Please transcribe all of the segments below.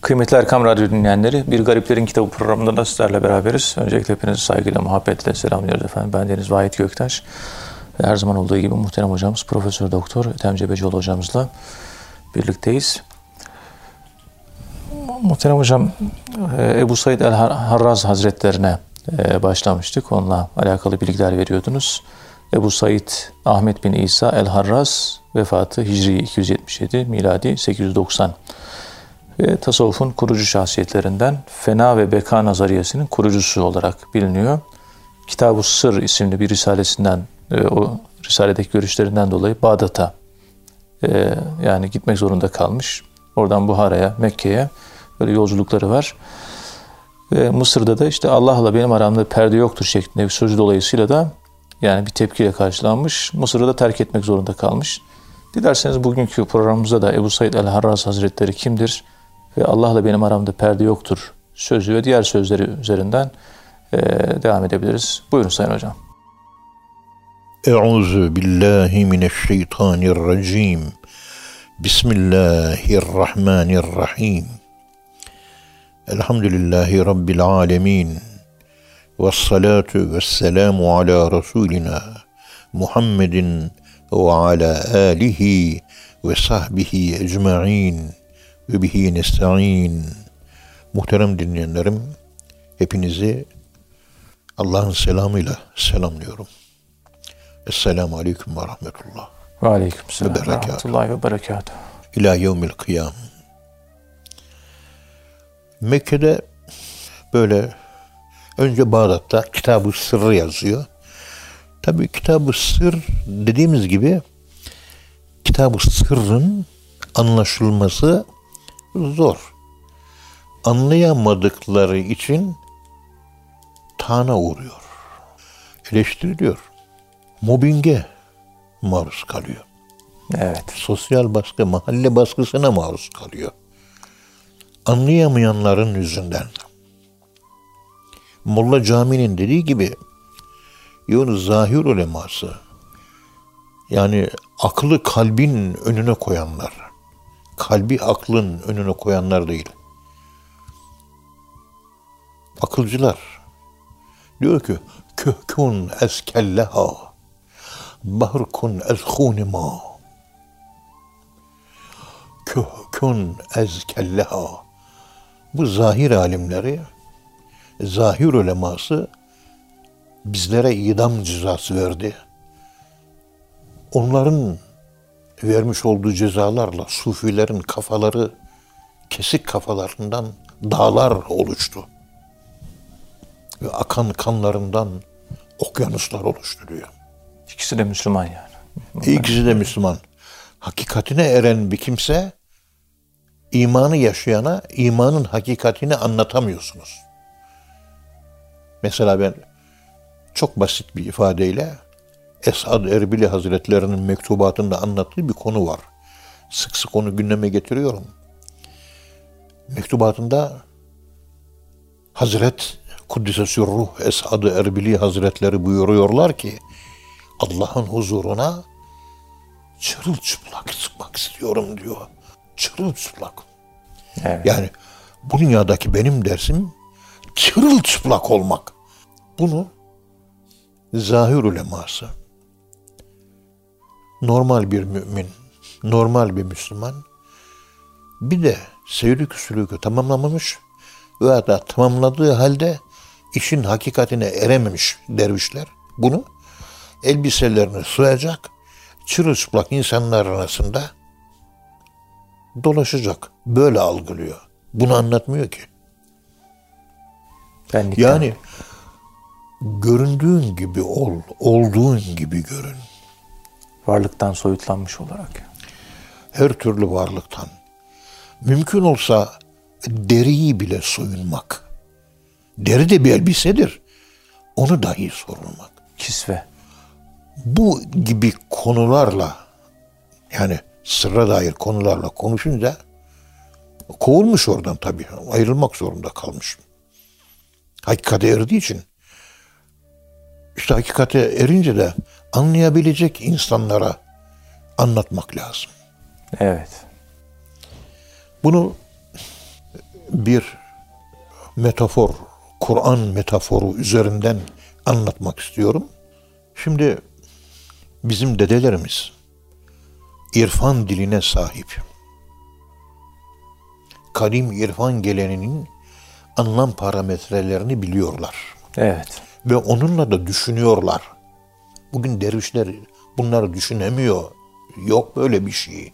Kıymetli Erkam Radyo dinleyenleri, Bir Gariplerin Kitabı programında da sizlerle beraberiz. Öncelikle hepinizi saygıyla, muhabbetle selamlıyoruz efendim. Ben Deniz Vahit Göktaş. Ve her zaman olduğu gibi muhterem hocamız Profesör Doktor Ethem Cebecioğlu hocamızla birlikteyiz. Muhterem hocam, Ebu Said el-Harraz Hazretlerine başlamıştık. Onunla alakalı bilgiler veriyordunuz. Ebu Said Ahmet bin İsa el-Harraz, vefatı Hicri 277, miladi 890. Tasavvufun kurucu şahsiyetlerinden, Fena ve Beka nazariyesinin kurucusu olarak biliniyor. Kitab-ı Sır isimli bir risalesinden, o risaledeki görüşlerinden dolayı Bağdat'a yani gitmek zorunda kalmış. Oradan Buhara'ya, Mekke'ye böyle yolculukları var. Ve Mısır'da da işte Allah'la benim aramda perde yoktur şeklinde bir sözü dolayısıyla da yani bir tepkiyle karşılanmış. Mısır'ı da terk etmek zorunda kalmış. Dilerseniz bugünkü programımızda da Ebu Said el-Harraz Hazretleri kimdir ve Allah'la benim aramda perde yoktur sözü ve diğer sözleri üzerinden devam edebiliriz. Buyurun Sayın Hocam. Euzu billahi mineşşeytanirracim. Bismillahirrahmanirrahim. Elhamdülillahi Rabbil alemin. Vessalatu vesselamu ala Resulina Muhammedin ve ala alihi ve sahbihi ecma'in ve bihi nesta'in. Muhterem dinleyenlerim, hepinizi Allah'ın selamıyla selamlıyorum. Esselamu aleyküm ve rahmetullah. Ve aleyküm selam ve rahmetullahi ve berekatuhu. İlâ yevmil kıyam. Mekke'de böyle önce Bağdat'ta Kitab-ı Sırrı yazıyor. Tabii Kitab-ı Sır dediğimiz gibi Kitab-ı Sırr'ın anlaşılması zor. Anlayamadıkları için tana uğruyor. Eleştiriliyor. Mobbinge maruz kalıyor. Evet. Sosyal baskı, mahalle baskısına maruz kalıyor. Anlayamayanların yüzünden. Molla Cami'nin dediği gibi Yunus zahir uleması, yani aklı kalbin önüne koyanlar, kalbi aklın önüne koyanlar değil. Akılcılar diyor ki köhkün ez kelleha, bahrkun ez khunima, köhkün ez kelleha. Bu zahir alimleri, zahir uleması bizlere idam cezası verdi. Onların vermiş olduğu cezalarla sufilerin kafaları, kesik kafalarından dağlar oluştu. Ve akan kanlarından okyanuslar oluştu diyor. İkisi de Müslüman yani. İkisi de Müslüman. Hakikatine eren bir kimse, imanı yaşayana imanın hakikatini anlatamıyorsunuz. Mesela ben çok basit bir ifadeyle Esad Erbili Hazretlerinin mektubatında anlattığı bir konu var. Sık sık onu gündeme getiriyorum. Mektubatında Hazret Kuddisesü Ruh Esad Erbili Hazretleri buyuruyorlar ki Allah'ın huzuruna çırılçıplak çıkmak istiyorum diyor. Çırılçıplak. Evet. Yani bu dünyadaki benim dersim çırılçıplak olmak. Bunu zahir uleması, normal bir mümin, normal bir Müslüman, bir de seyri sülûkü tamamlamamış veya da tamamladığı halde işin hakikatine erememiş dervişler bunu elbiselerini soyacak, çırılçıplak insanlar arasında dolaşacak. Böyle algılıyor. Bunu anlatmıyor ki. Yani göründüğün gibi ol, olduğun gibi görün. Varlıktan soyutlanmış olarak. Her türlü varlıktan. Mümkün olsa deriyi bile soyunmak. Deri de bir elbisedir. Onu dahi sorulmak. Kisve. Bu gibi konularla, yani sırra dair konularla konuşunca kovulmuş oradan tabii. Ayrılmak zorunda kalmış. Hakikate erdiği için. İşte hakikate erince de anlayabilecek insanlara anlatmak lazım. Evet. Bunu bir metafor, Kur'an metaforu üzerinden anlatmak istiyorum. Şimdi bizim dedelerimiz irfan diline sahip. Kadim irfan geleneğinin anlam parametrelerini biliyorlar. Evet. Ve onunla da düşünüyorlar. Bugün dervişler bunları düşünemiyor. Yok böyle bir şey.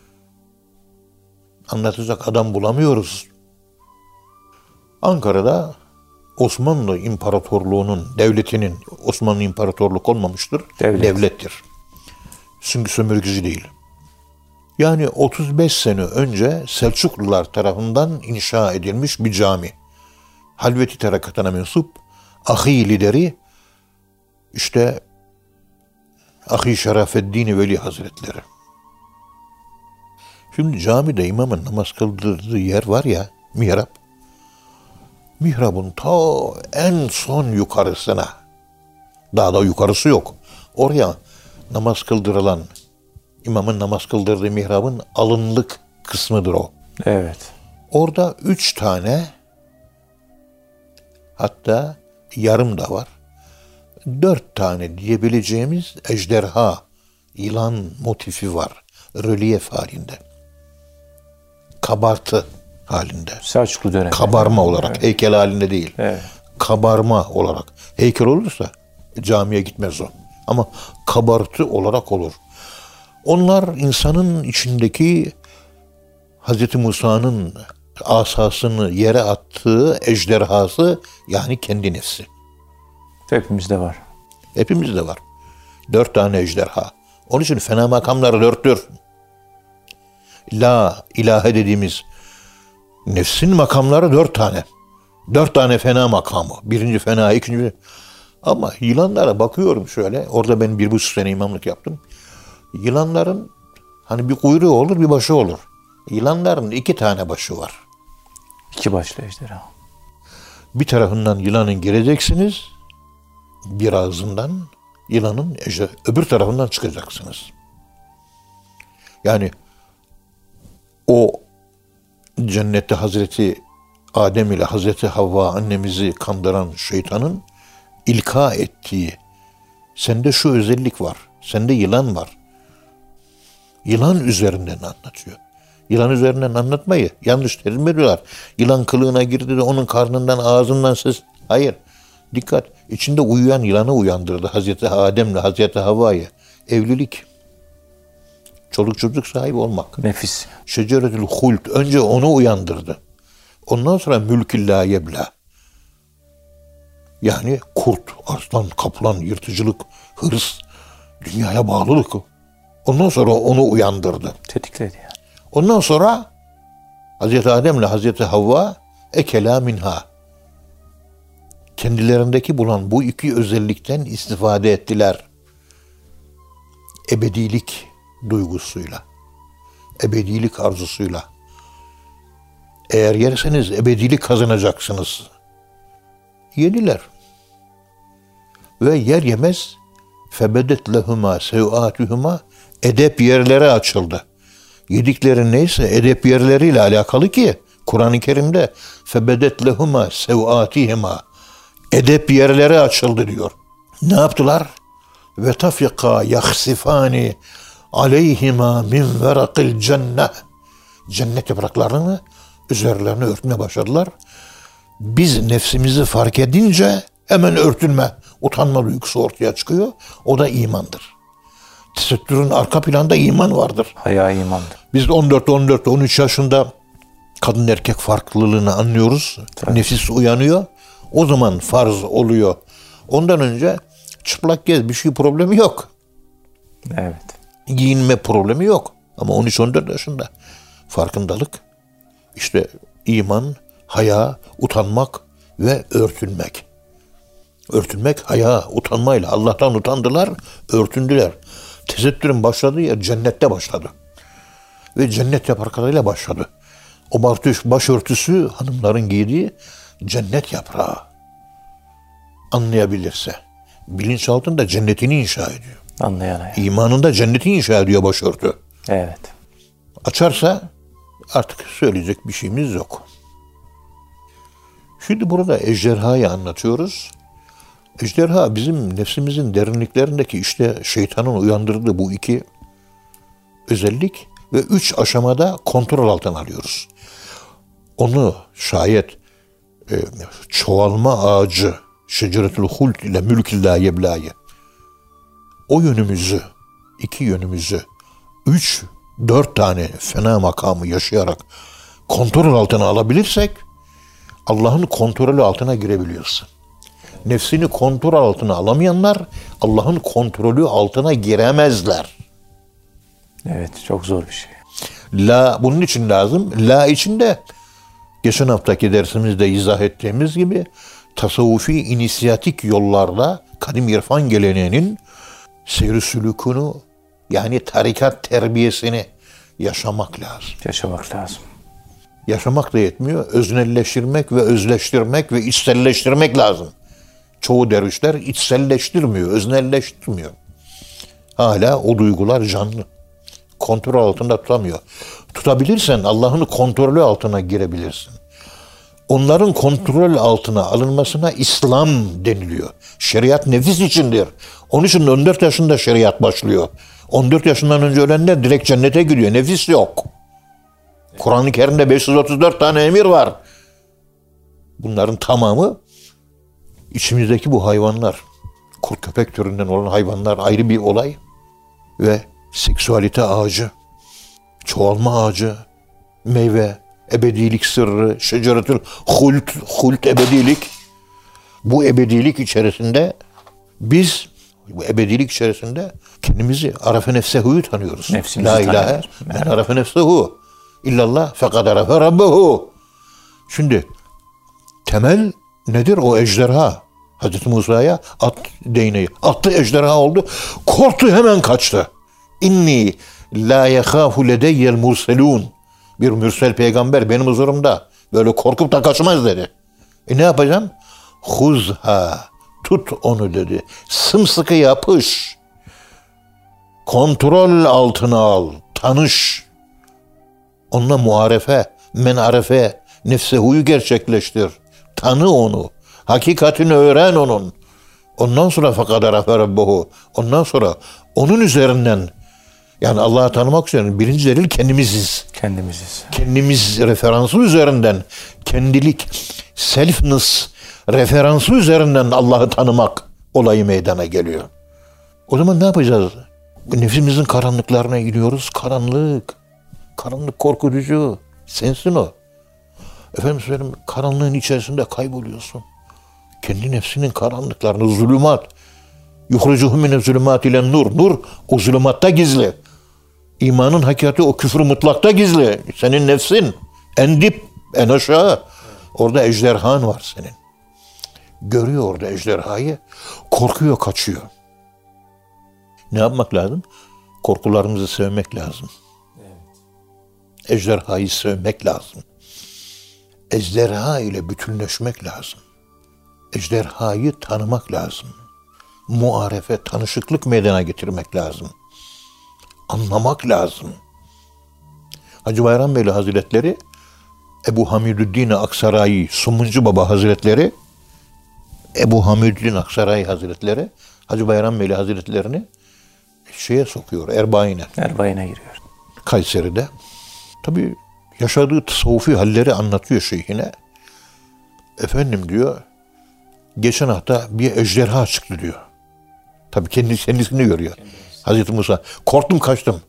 Anlatacak adam bulamıyoruz. Ankara'da Osmanlı İmparatorluğu'nun, devletinin, Osmanlı İmparatorluk olmamıştır, devlettir. Çünkü sömürgeci değil. Yani 35 sene önce Selçuklular tarafından inşa edilmiş bir cami. Halveti tarakatına mensup ahi lideri işte Ahi Şerafeddin Veli Hazretleri. Şimdi camide imamın namaz kıldırdığı yer var ya, mihrap. Mihrabın ta en son yukarısına, daha da yukarısı yok. Oraya namaz kıldırılan, imamın namaz kıldırdığı mihrabın alınlık kısmıdır o. Evet. Orada 3 tane, hatta yarım da var, 4 tane diyebileceğimiz ejderha, yılan motifi var. Rölyef halinde. Kabartı halinde. Selçuklu dönemi. Kabarma olarak, evet. Heykel halinde değil. Evet. Kabarma olarak. Heykel olursa camiye gitmez o. Ama kabartı olarak olur. Onlar insanın içindeki Hz. Musa'nın asasını yere attığı ejderhası, yani kendi nefsi. Hepimizde var. Hepimizde var. 4 tane ejderha. Onun için fena makamlar 4'tür. La ilahe dediğimiz nefsin makamları 4 tane. 4 tane fena makamı. Birinci fena, ikinci. Ama yılanlara bakıyorum şöyle. Orada ben 1,5 sene imamlık yaptım. Yılanların hani bir kuyruğu olur, bir başı olur. Yılanların 2 tane başı var. 2 başlı ejderha. Bir tarafından yılanın gireceksiniz. Bir ağzından yılanın öbür tarafından çıkacaksınız. Yani o cennette Hazreti Adem ile Hazreti Havva annemizi kandıran şeytanın ilka ettiği, sende şu özellik var, sende yılan var. Yılan üzerinden anlatıyor. Yılan üzerinden anlatmayı yanlış tercüme ediyorlar. Yılan kılığına girdi de onun karnından, ağzından ses. Hayır. Dikkat. İçinde uyuyan yılanı uyandırdı Hazreti Adem ile Hazreti Havva'yı. Evlilik. Çoluk çocuk sahibi olmak. Nefis. Şeceretül hult. Önce onu uyandırdı. Ondan sonra mülkü la yebla. Yani kurt, aslan, kaplan, yırtıcılık, hırs, dünyaya bağlılık. Ondan sonra onu uyandırdı. Tetikledi yani. Ondan sonra Hazreti Adem ile Hazreti Havva ekela minha. Kendilerindeki bulan bu 2 özellikten istifade ettiler. Ebedilik duygusuyla, ebedilik arzusuyla. Eğer yerseniz ebedilik kazanacaksınız. Yediler. Ve yer yemez febedet lehuma sevatuhuma, edep yerleri açıldı. Yedikleri neyse edep yerleriyle alakalı ki Kur'an-ı Kerim'de febedet lehuma sevatihima, edep yerleri açıldı diyor. Ne yaptılar? Ve tafika yakhsifani aleyhima min verakil cennet. Cennet yapraklarını üzerlerine örtmeye başladılar. Biz nefsimizi fark edince hemen örtünme, utanma duygusu ortaya çıkıyor. O da imandır. Tesettürün arka planda iman vardır. Haya imandır. Biz 13 yaşında kadın erkek farklılığını anlıyoruz. Evet. Nefis uyanıyor. O zaman farz oluyor. Ondan önce çıplak gez, bir şey problemi yok. Evet. Giyinme problemi yok. Ama 13-14 yaşında farkındalık, işte iman, haya, utanmak ve örtünmek. Örtünmek, haya, utanmayla Allah'tan utandılar, örtündüler. Tesettürün başladığı yer cennette başladı. Ve cennet yapraklarıyla başladı. O başörtüsü hanımların giydiği cennet yaprağı. Anlayabilirse. Bilinçaltında cennetini inşa ediyor. Anlayana. İmanında cenneti inşa ediyor başörtü. Evet. Açarsa artık söyleyecek bir şeyimiz yok. Şimdi burada ejderhayı anlatıyoruz. Ejderha bizim nefsimizin derinliklerindeki işte şeytanın uyandırdığı bu iki özellik ve 3 aşamada kontrol altına alıyoruz. Onu şayet çoğalma ağacı şeceretül hult ile mülkü la yeblâye o yönümüzü, 2 yönümüzü 3, 4 tane fena makamı yaşayarak kontrol altına alabilirsek Allah'ın kontrolü altına girebiliyorsun. Nefsini kontrol altına alamayanlar Allah'ın kontrolü altına giremezler. Evet, çok zor bir şey. La bunun için lazım. La için de geçen haftaki dersimizde izah ettiğimiz gibi tasavvufi inisiyatik yollarla kadim irfan geleneğinin seyr-i sülûkünü yani tarikat terbiyesini yaşamak lazım. Yaşamak lazım. Yaşamak da yetmiyor. Öznelleştirmek ve özleştirmek ve içselleştirmek lazım. Çoğu dervişler içselleştirmiyor, öznelleştirmiyor. Hala o duygular canlı. Kontrol altında tutamıyor. Tutabilirsen Allah'ın kontrolü altına girebilirsin. Onların kontrol altına alınmasına İslam deniliyor. Şeriat nefis içindir. Onun için 14 yaşında şeriat başlıyor. 14 yaşından önce ölenler direkt cennete gidiyor. Nefis yok. Kur'an-ı Kerim'de 534 tane emir var. Bunların tamamı içimizdeki bu hayvanlar. Kurt köpek türünden olan hayvanlar ayrı bir olay. Ve seksüalite ağacı, çoğalma ağacı, meyve, ebedilik sırrı, şeceretül hult ebedilik. Bu ebedilik içerisinde biz bu ebedilik içerisinde kendimizi arafe nefsehu'yu tanıyoruz. Nefsimizi La ilahe men arafe nefsehu illallah fekad arafe rabbehu. Şimdi temel nedir o ejderha? Hazreti Musa'ya at değneği. Attı ejderha oldu. Korktu hemen kaçtı. İnni la yekhafu ledeyyel murselun. Bir mürsel peygamber benim huzurumda böyle korkup da kaçmaz dedi. Ne yapacağım? Huzha. Tut onu dedi. Sımsıkı yapış. Kontrol altına al. Tanış. Onunla muarefe, menarefe, nefsehuyu gerçekleştir. Tanı onu. Hakikatini öğren onun. Ondan sonra fakad arafe rabbuhu. Ondan sonra onun üzerinden yani Allah'ı tanımak üzerinden birinci delil kendimiziz. Kendimiziz. Kendimiz referansı üzerinden kendilik, selfness referansı üzerinden Allah'ı tanımak olayı meydana geliyor. O zaman ne yapacağız? Nefsimizin karanlıklarına iniyoruz. Karanlık. Karanlık korkutucu. Sensin o. Efendim söyleyeyim, karanlığın içerisinde kayboluyorsun. Kendi nefsinin karanlıklarını, zulümat. Yuhricuhu mine zulümat ile nur. Nur o zulümatta gizli. İmanın hakikati o küfrü mutlakta gizli. Senin nefsin en dip, en aşağı. Orada ejderhan var senin. Görüyor orada ejderhayı. Korkuyor, kaçıyor. Ne yapmak lazım? Korkularımızı sevmek lazım. Ejderhayı sevmek lazım. Ejderha ile bütünleşmek lazım. Ejderhayı tanımak lazım. Muarefe, tanışıklık meydana getirmek lazım. Anlamak lazım. Hacı Bayram Veli Hazretleri, Ebu Hamidüddin Aksarayi, Sumuncu Baba Hazretleri, Ebu Hamidüddin Aksarayi Hazretleri, Hacı Bayram Veli Hazretlerini şeye sokuyor, Erbain'e. Erbain'e giriyor. Kayseri'de. Tabii yaşadığı tasavvufi halleri anlatıyor şeyhine. Efendim diyor, geçen hafta bir ejderha çıktı diyor. Tabii kendisini görüyor. Hazreti Musa, korktum kaçtım.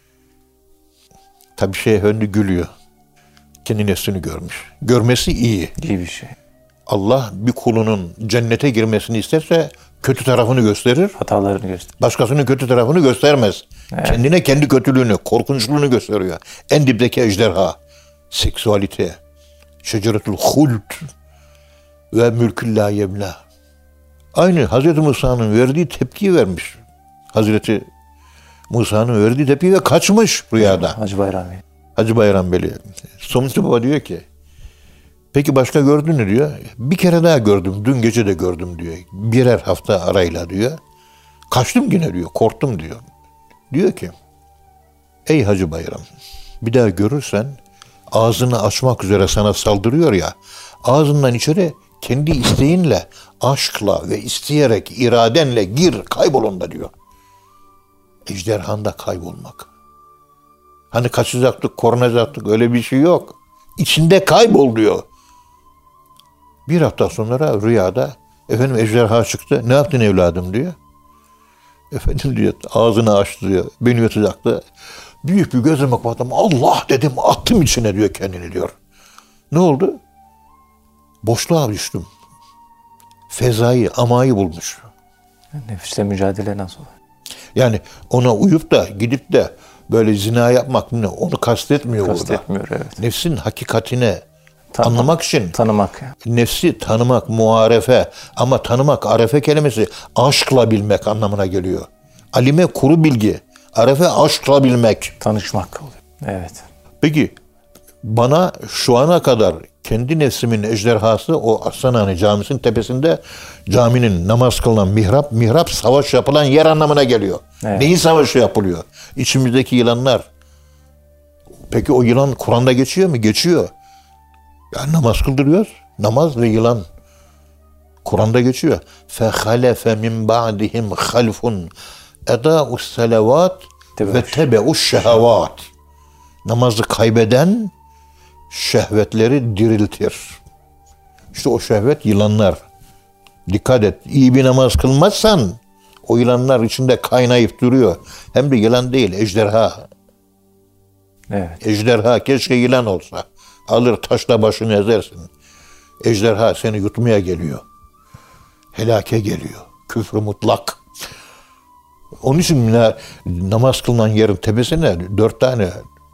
Tabii şeyh önlü gülüyor. Kendi nefsini görmüş. Görmesi iyi. İyi bir şey. Allah bir kulunun cennete girmesini isterse kötü tarafını gösterir. Hatalarını göster. Başkasının kötü tarafını göstermez. Evet. Kendine kendi kötülüğünü, korkunçluğunu gösteriyor. En dipteki ejderha, seksüalite, şeceretül hult ve mülkü la yemla. Aynı Hazreti Musa'nın verdiği tepkiyi vermiş. Hazreti Musa'nın verdiği tepki ve kaçmış rüyada. Hacı Bayram Veli. Hacı Bayram Veli. Sonuçta baba diyor ki, peki başka gördün mü diyor. Bir kere daha gördüm, dün gece de gördüm diyor. Birer hafta arayla diyor. Kaçtım yine diyor, korktum diyor. Diyor ki, ey Hacı Bayram, bir daha görürsen ağzını açmak üzere sana saldırıyor ya, ağzından içeri kendi isteğinle, aşkla ve isteyerek, iradenle gir, kaybol onda diyor. Ejderhanda kaybolmak. Hani kaçacaktık, korunacaktık, öyle bir şey yok. İçinde kaybol diyor. Bir hafta sonra rüyada efendim ejderha çıktı. Ne yaptın evladım diyor. Efendim diyor ağzını açtı diyor. Beni yutacaktı. Büyük bir gözüme kapattım. Allah dedim attım içine diyor kendini diyor. Ne oldu? Boşluğa düştüm. Fezayı, amayı bulmuş. Nefisle mücadele nasıl olur? Yani ona uyup da gidip de böyle zina yapmak onu kastetmiyor burada. Kastetmiyor, evet. Nefsin hakikatine anlamak için Tanımak. nefsi tanımak, muarefe, ama tanımak, arefe kelimesi aşkla bilmek anlamına geliyor. Alime kuru bilgi, arefe aşkla bilmek. Tanışmak oluyor. Evet. Peki bana şu ana kadar kendi nefsimin ejderhası o Aslanhane Camisi'nin tepesinde, caminin namaz kılınan mihrap savaş yapılan yer anlamına geliyor. Evet. Neyin savaşı yapılıyor? İçimizdeki yılanlar. Peki o yılan Kur'an'da geçiyor mu? Geçiyor. Yani namaz kıldırıyoruz. Namaz ve yılan. Kur'an'da geçiyor. فَخَلَفَ مِنْ بَعْدِهِمْ خَلْفٌ اَدَاءُ السَّلَوَاتِ وَتَبَعُ الشَّهَوَاتِ. Namazı kaybeden şehvetleri diriltir. İşte o şehvet yılanlar. Dikkat et. İyi bir namaz kılmazsan o yılanlar içinde kaynayıp duruyor. Hem de yılan değil, ejderha. Evet. Ejderha keşke yılan olsa. Alır taşla başını ezersin. Ejderha seni yutmaya geliyor. Helake geliyor. Küfrü mutlak. Onun için namaz kılınan yerin tepesine 4 tane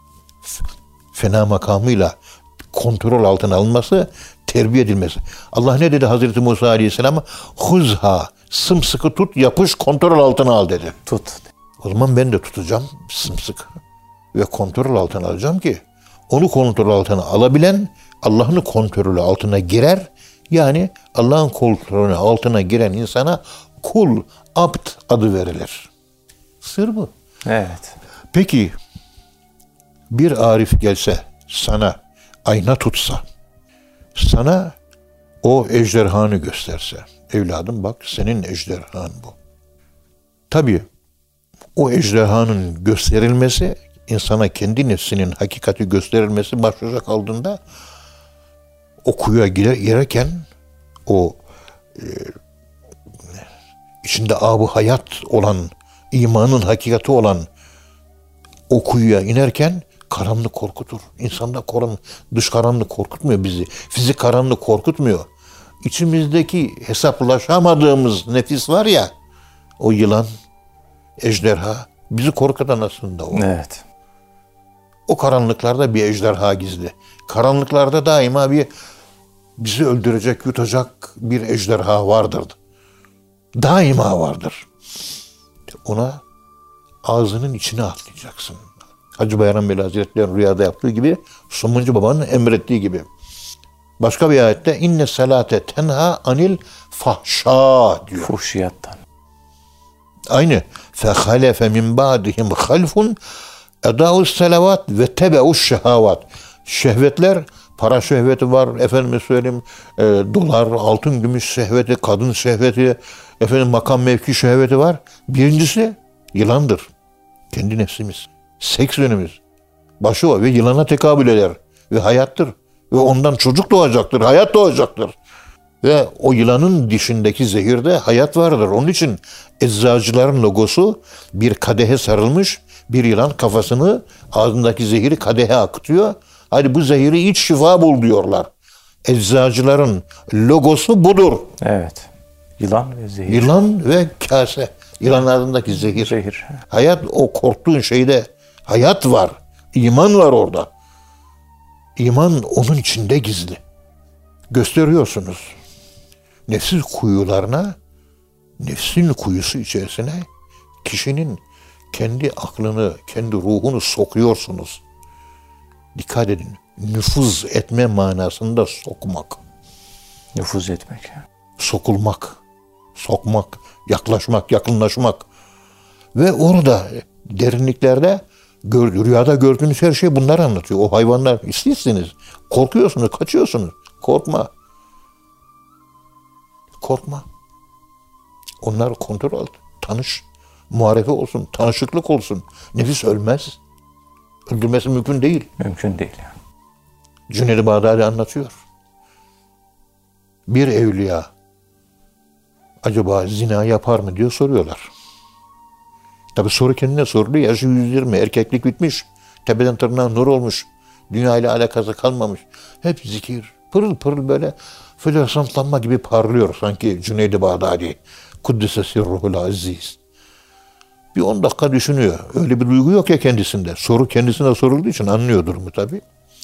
fena makamıyla kontrol altına alınması, terbiye edilmesi. Allah ne dedi Hazreti Musa Aleyhisselam'a? Huzha, sımsıkı tut, yapış, kontrol altına al dedi. Tut. O zaman ben de tutacağım sımsıkı ve kontrol altına alacağım ki onu kontrol altına alabilen Allah'ın kontrolü altına girer. Yani Allah'ın kontrolü altına giren insana kul, abd adı verilir. Sır bu. Evet. Peki bir arif gelse sana ayna tutsa, sana o ejderhanı gösterse, evladım bak senin ejderhan bu. Tabii o ejderhanın gösterilmesi, insana kendi nefsinin hakikati gösterilmesi başlıca kaldığında o kuyuya girerken o içinde ab-ı hayat olan, imanın hakikati olan o kuyuya inerken karanlık korkutur. İnsanda dış karanlık korkutmuyor bizi. Fizik karanlık korkutmuyor. İçimizdeki hesaplaşamadığımız nefis var ya, o yılan, ejderha bizi korkutan aslında o. Evet. O karanlıklarda bir ejderha gizli. Karanlıklarda daima bizi öldürecek, yutacak bir ejderha vardır. Daima vardır. Ona ağzının içine atlayacaksın. Hacı Bayram Veli Hazretleri rüyada yaptığı gibi, Sumuncu Baba'nın emrettiği gibi. Başka bir ayette inne salate tenha anil fahşa diyor. Fuhşiyattan. Aynı. Fehalefe min ba'dihim halfun edâus selavat ve tebe'us şehavat. Şehvetler, para şehveti var, efendime söyleyeyim, dolar, altın, gümüş şehveti, kadın şehveti, efendim makam mevki şehveti var. Birincisi yılandır. Kendi nefsimiz. Seks yönümüz. Başı o ve yılana tekabül eder. Ve hayattır. Ve ondan çocuk doğacaktır, hayat doğacaktır. Ve o yılanın dişindeki zehirde hayat vardır. Onun için eczacıların logosu bir kadehe sarılmış, bir yılan kafasını, ağzındaki zehiri kadehe akıtıyor. Hadi bu zehiri iç, şifa bul diyorlar. Eczacıların logosu budur. Evet. Yılan ve zehir. Yılan ve kase. Yılan ağzındaki zehir. Zehir. Hayat, o korktuğun şeyde hayat var. İman var orada. İman onun içinde gizli. Gösteriyorsunuz. Nefsin kuyularına, nefsin kuyusu içerisine kişinin kendi aklını, kendi ruhunu sokuyorsunuz. Dikkat edin. Nüfuz etme manasında sokmak. Nüfuz etmek. Sokulmak, sokmak, yaklaşmak, yakınlaşmak. Ve orada derinliklerde Rüyada gördüğünüz her şey bunları anlatıyor. O hayvanlar sizsiniz. Korkuyorsunuz, kaçıyorsunuz. Korkma. Korkma. Onları kontrol et. Tanış. Muharefe olsun. Tanışıklık olsun. Nefis ölmez. Öldürmesi mümkün değil. Mümkün değil yani. Cüneyd-i Bağdadi anlatıyor. Bir evliya acaba zina yapar mı diyor soruyorlar. Tabi soru kendine soruluyor. Yaşı 120, erkeklik bitmiş. Tepeden tırnağa nur olmuş. Dünya ile alakası kalmamış. Hep zikir. Pırıl pırıl böyle floresanslanma gibi parlıyor sanki Cüneyd-i Bağdadi. Kuddise sirruhul aziz. Bir 10 dakika düşünüyor. Öyle bir duygu yok ya kendisinde. Soru kendisine sorulduğu için anlıyor durumu tabi.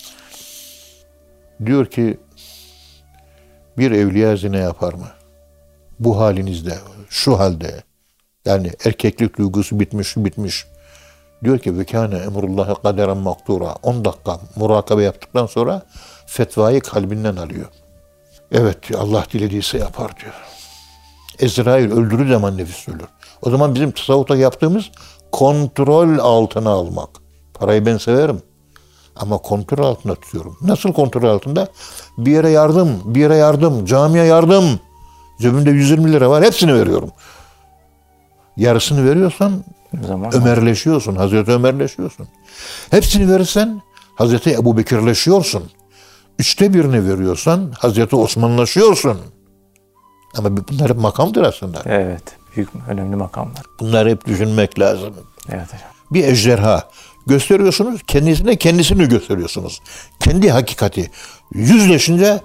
Diyor ki bir evliya zina yapar mı? Bu halinizde, şu halde. Yani erkeklik duygusu bitmiş. Diyor ki vekâne emrullâhi kaderen maktura. 10 dakika murakabe yaptıktan sonra fetvayı kalbinden alıyor. Evet Allah dilediyse yapar diyor. Ezrail öldürür zaman nefis ölür. O zaman bizim tasavvufta yaptığımız kontrol altına almak. Parayı ben severim. Ama kontrol altında tutuyorum. Nasıl kontrol altında? Bir yere yardım, camiye yardım. Cebimde 120 lira var, hepsini veriyorum. Yarısını veriyorsan Ömerleşiyorsun, Hazreti Ömerleşiyorsun. Hepsini verirsen Hazreti Ebubekirleşiyorsun. 1/3 veriyorsan Hazreti Osmanlaşıyorsun. Ama bunlar hep makamdır aslında. Evet, büyük, önemli makamlar. Bunları hep düşünmek lazım. Evet hocam. Bir ejderha gösteriyorsunuz, kendisini gösteriyorsunuz. Kendi hakikati. Yüzleşince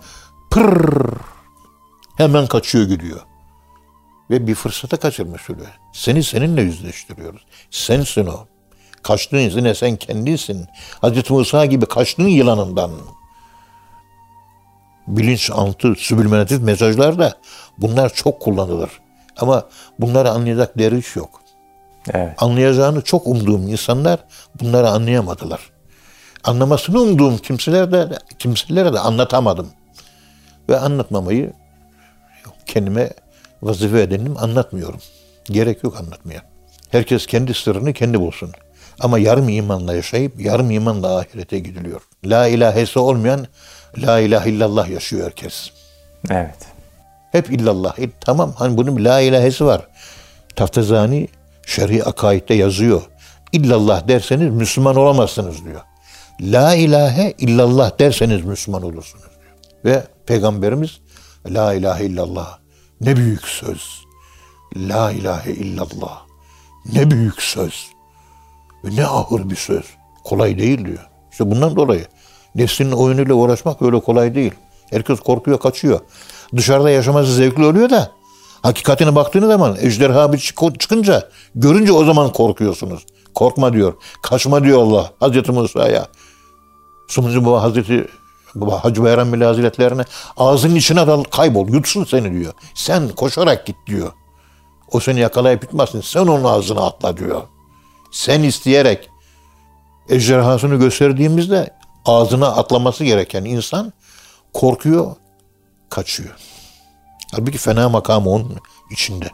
hemen kaçıyor gidiyor. Ve bir fırsata kaçırmış oluyor. Seni seninle yüzleştiriyoruz. Sensin o. Kaçtığın yine sen kendinsin. Hazreti Musa gibi kaçtığın yılanından. Bilinçaltı, sübülmenatif mesajlarda bunlar çok kullanılır. Ama bunları anlayacak derviş yok. Evet. Anlayacağını çok umduğum insanlar bunları anlayamadılar. Anlamasını umduğum kimselere de anlatamadım. Ve anlatmamayı kendime vazife edindim, anlatmıyorum. Gerek yok anlatmaya. Herkes kendi sırrını kendi bulsun. Ama yarım imanla yaşayıp yarım imanla ahirete gidiliyor. La ilahesi olmayan la ilahe illallah yaşıyor herkes. Evet. Hep illallah. Tamam hani bunun bir la ilahesi var. Taftazani şer'i akaidde yazıyor. İllallah derseniz Müslüman olamazsınız diyor. La ilahe illallah derseniz Müslüman olursunuz diyor. Ve Peygamberimiz la ilahe illallah. Ne büyük söz. La ilahe illallah. Ne büyük söz. Ve ne ağır bir söz. Kolay değil diyor. İşte bundan dolayı nefsinin oyunuyla uğraşmak öyle kolay değil. Herkes korkuyor, kaçıyor. Dışarıda yaşaması zevkli oluyor da hakikatine baktığınız zaman ejderha bir çıkınca görünce o zaman korkuyorsunuz. Korkma diyor. Kaçma diyor Allah Hazreti Musa'ya. Sumucu Baba Hazreti Hacı Bayram Veli Hazretlerine ağzının içine dal kaybol yutsun seni diyor. Sen koşarak git diyor. O seni yakalayıp bitmezsin. Sen onun ağzına atla diyor. Sen isteyerek ejderhasını gösterdiğimizde ağzına atlaması gereken insan korkuyor, kaçıyor. Halbuki fena makamı onun içinde.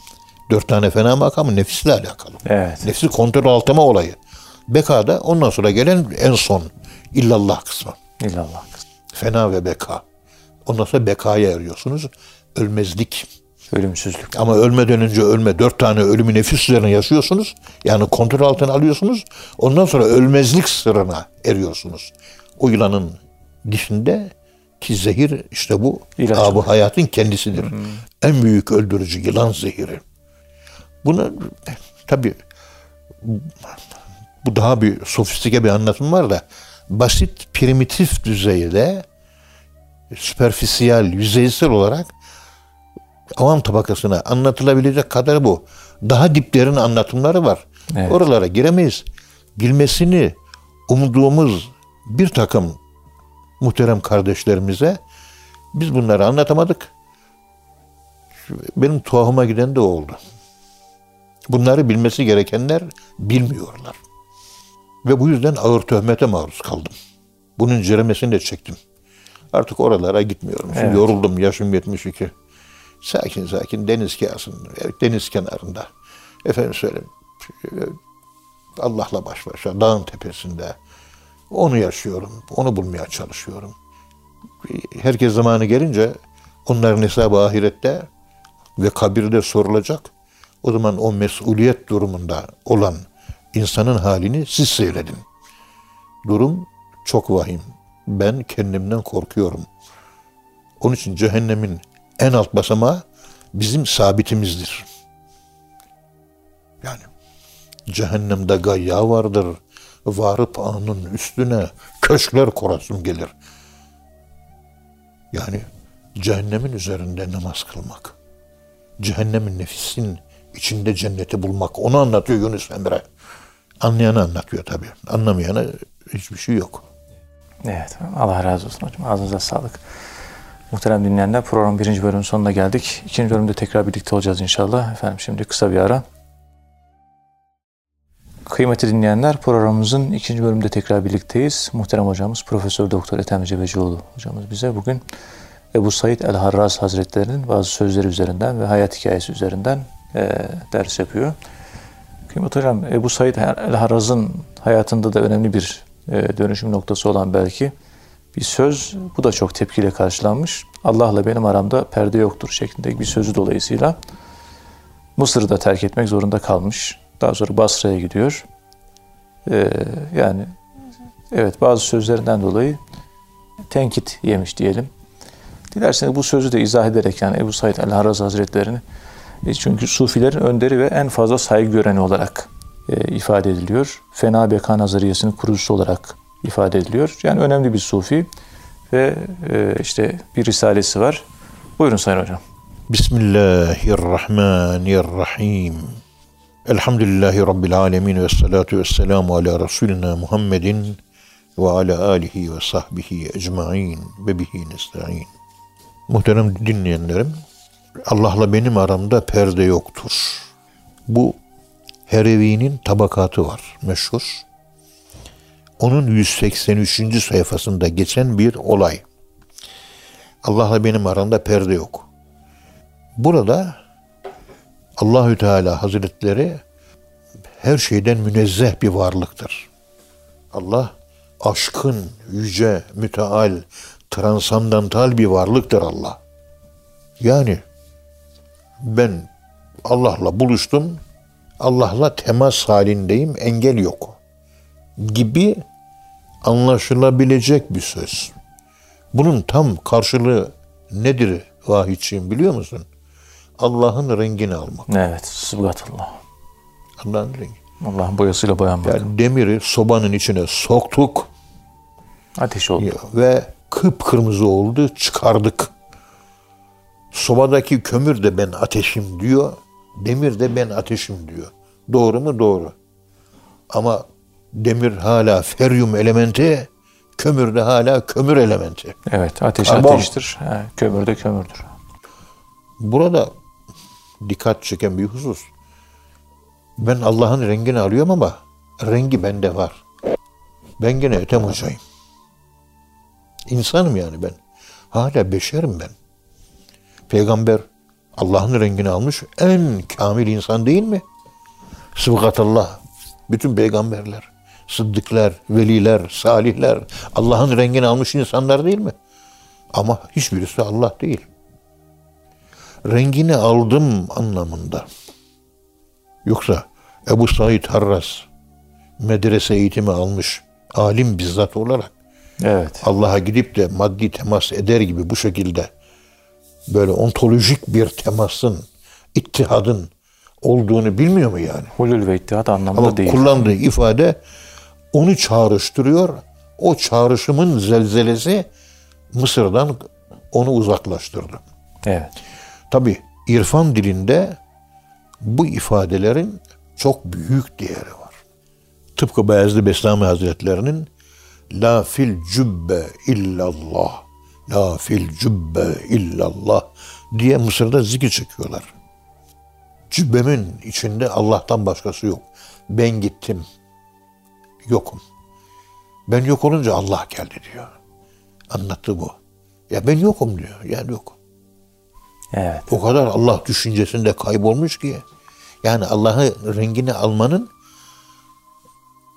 4 tane fena makamı nefisle alakalı. Evet. Nefsi kontrol altına olayı. Bekada ondan sonra gelen en son illallah kısmı. İllallah. Fena ve beka. Ondan sonra bekaya eriyorsunuz. Ölmezlik. Ölümsüzlük. Ama ölmeden önce ölme. 4 tane ölümü nefis üzerine yaşıyorsunuz. Yani kontrol altına alıyorsunuz. Ondan sonra ölmezlik sırrına eriyorsunuz. O yılanın dişinde ki zehir işte bu İlaç ab-ı olur. hayatın kendisidir. En büyük öldürücü yılan zehiri. Bunu tabii bu daha bir sofistike bir anlatım var da basit, primitif düzeyde süperfisiyel, yüzeysel olarak avam tabakasına anlatılabilecek kadar bu. Daha diplerin anlatımları var. Evet. Oralara giremeyiz. Bilmesini umduğumuz bir takım muhterem kardeşlerimize biz bunları anlatamadık. Benim tuhafıma giden de oldu. Bunları bilmesi gerekenler bilmiyorlar. Ve bu yüzden ağır töhmete maruz kaldım. Bunun ceremesini de çektim. Artık oralara gitmiyorum. Şimdi Evet. yoruldum. Yaşım 72. Sakin sakin deniz kıyasında, deniz kenarında. Efendim söyleyeyim. Allah'la baş başa dağın tepesinde. Onu yaşıyorum. Onu bulmaya çalışıyorum. Herkes zamanı gelince onların hesabı ahirette ve kabirde sorulacak. O zaman o mesuliyet durumunda olan insanın halini siz seyredin. Durum çok vahim. Ben kendimden korkuyorum. Onun için cehennemin en alt basamağı bizim sabitimizdir. Yani cehennemde gayya vardır. Varıp anın üstüne köşkler kurasım gelir. Yani cehennemin üzerinde namaz kılmak. Cehennemin nefisin içinde cenneti bulmak. Onu anlatıyor Yunus Emre. Anlayanı anlatıyor tabii. Anlamayana hiçbir şey yok. Evet. Allah razı olsun hocam. Ağzınıza sağlık. Muhterem dinleyenler, programın 1. bölümünün sonuna geldik. 2. bölümde tekrar birlikte olacağız inşallah. Efendim şimdi kısa bir ara. Kıymetli dinleyenler, programımızın 2. bölümünde tekrar birlikteyiz. Muhterem hocamız Profesör Doktor Ethem Cebecioğlu hocamız bize bugün Ebu Said el-Harraz Hazretleri'nin bazı sözleri üzerinden ve hayat hikayesi üzerinden ders yapıyor. Kıymetli hocam, Ebu Said el-Harraz'ın hayatında da önemli bir dönüşüm noktası olan belki bir söz, bu da çok tepkiyle karşılanmış. Allah'la benim aramda perde yoktur şeklindeki bir sözü dolayısıyla Mısır'ı da terk etmek zorunda kalmış. Daha sonra Basra'ya gidiyor. Yani evet, bazı sözlerinden dolayı tenkit yemiş diyelim. Dilerseniz bu sözü de izah ederek, yani Ebu Said el-Harraz Hazretleri'ni çünkü Sufilerin önderi ve en fazla saygı göreni olarak ifade ediliyor. Fena Beka Nazariyesinin kurucusu olarak ifade ediliyor. Yani önemli bir Sufi ve işte bir risalesi var. Buyurun Sayın Hocam. Bismillahirrahmanirrahim. Elhamdülillahi Rabbil alemin ve salatu ve selamu ala Resulina Muhammedin ve ala alihi ve sahbihi ecma'in ve bihi nesta'in. Muhterem dinleyenlerim, Allah'la benim aramda perde yoktur. Bu Herevi'nin tabakatı var, meşhur. Onun 183. sayfasında geçen bir olay. Allah'la benim aramda perde yok. Burada Allahü Teala Hazretleri her şeyden münezzeh bir varlıktır. Allah aşkın, yüce, müteal, transandantal bir varlıktır Allah. Yani ben Allah'la buluştum, Allah'la temas halindeyim, engel yok gibi anlaşılabilecek bir söz. Bunun tam karşılığı nedir vahiyçiyim biliyor musun? Allah'ın rengini almak. Evet, sıbgatullah. Allah'ın rengi. Allah'ın boyasıyla boyanmak. Yani demiri sobanın içine soktuk. Ateş oldu. Ve kıpkırmızı oldu, çıkardık. Sobadaki kömür de ben ateşim diyor. Demir de ben ateşim diyor. Doğru mu? Doğru. Ama demir hala feryum elementi, kömür de hala kömür elementi. Evet, ateş Karbon. ateştir, kömür de kömürdür. Burada dikkat çeken bir husus. Ben Allah'ın rengini alıyorum ama rengi bende var. Ben gene Ethem Hoca'yım. İnsanım yani ben. Hala beşerim ben. Peygamber Allah'ın rengini almış en kamil insan değil mi? Sıbgatallah. Bütün peygamberler, sıddıklar, veliler, salihler Allah'ın rengini almış insanlar değil mi? Ama hiçbirisi Allah değil. Rengini aldım anlamında. Yoksa Ebu Said Harraz medrese eğitimi almış alim bizzat olarak Evet. Allah'a gidip de maddi temas eder gibi bu şekilde böyle ontolojik bir temasın, ittihadın olduğunu bilmiyor mu yani? Hulul ve ittihat anlamında Ama değil. kullandığı ifade onu çağrıştırıyor. O çağrışımın zelzelesi Mısır'dan onu uzaklaştırdı. Evet. Tabi irfan dilinde bu ifadelerin çok büyük değeri var. Tıpkı Beyazlı Bestami Hazretlerinin La fil cübbe illallah, la fil cübbe illallah diye Mısır'da zikir çekiyorlar. Cübbemin içinde Allah'tan başkası yok. Ben gittim, yokum. Ben yok olunca Allah geldi diyor. Anlattığı bu. Ya ben yokum diyor, yani yok. Evet. O kadar Allah düşüncesinde kaybolmuş ki. Yani Allah'ın rengini almanın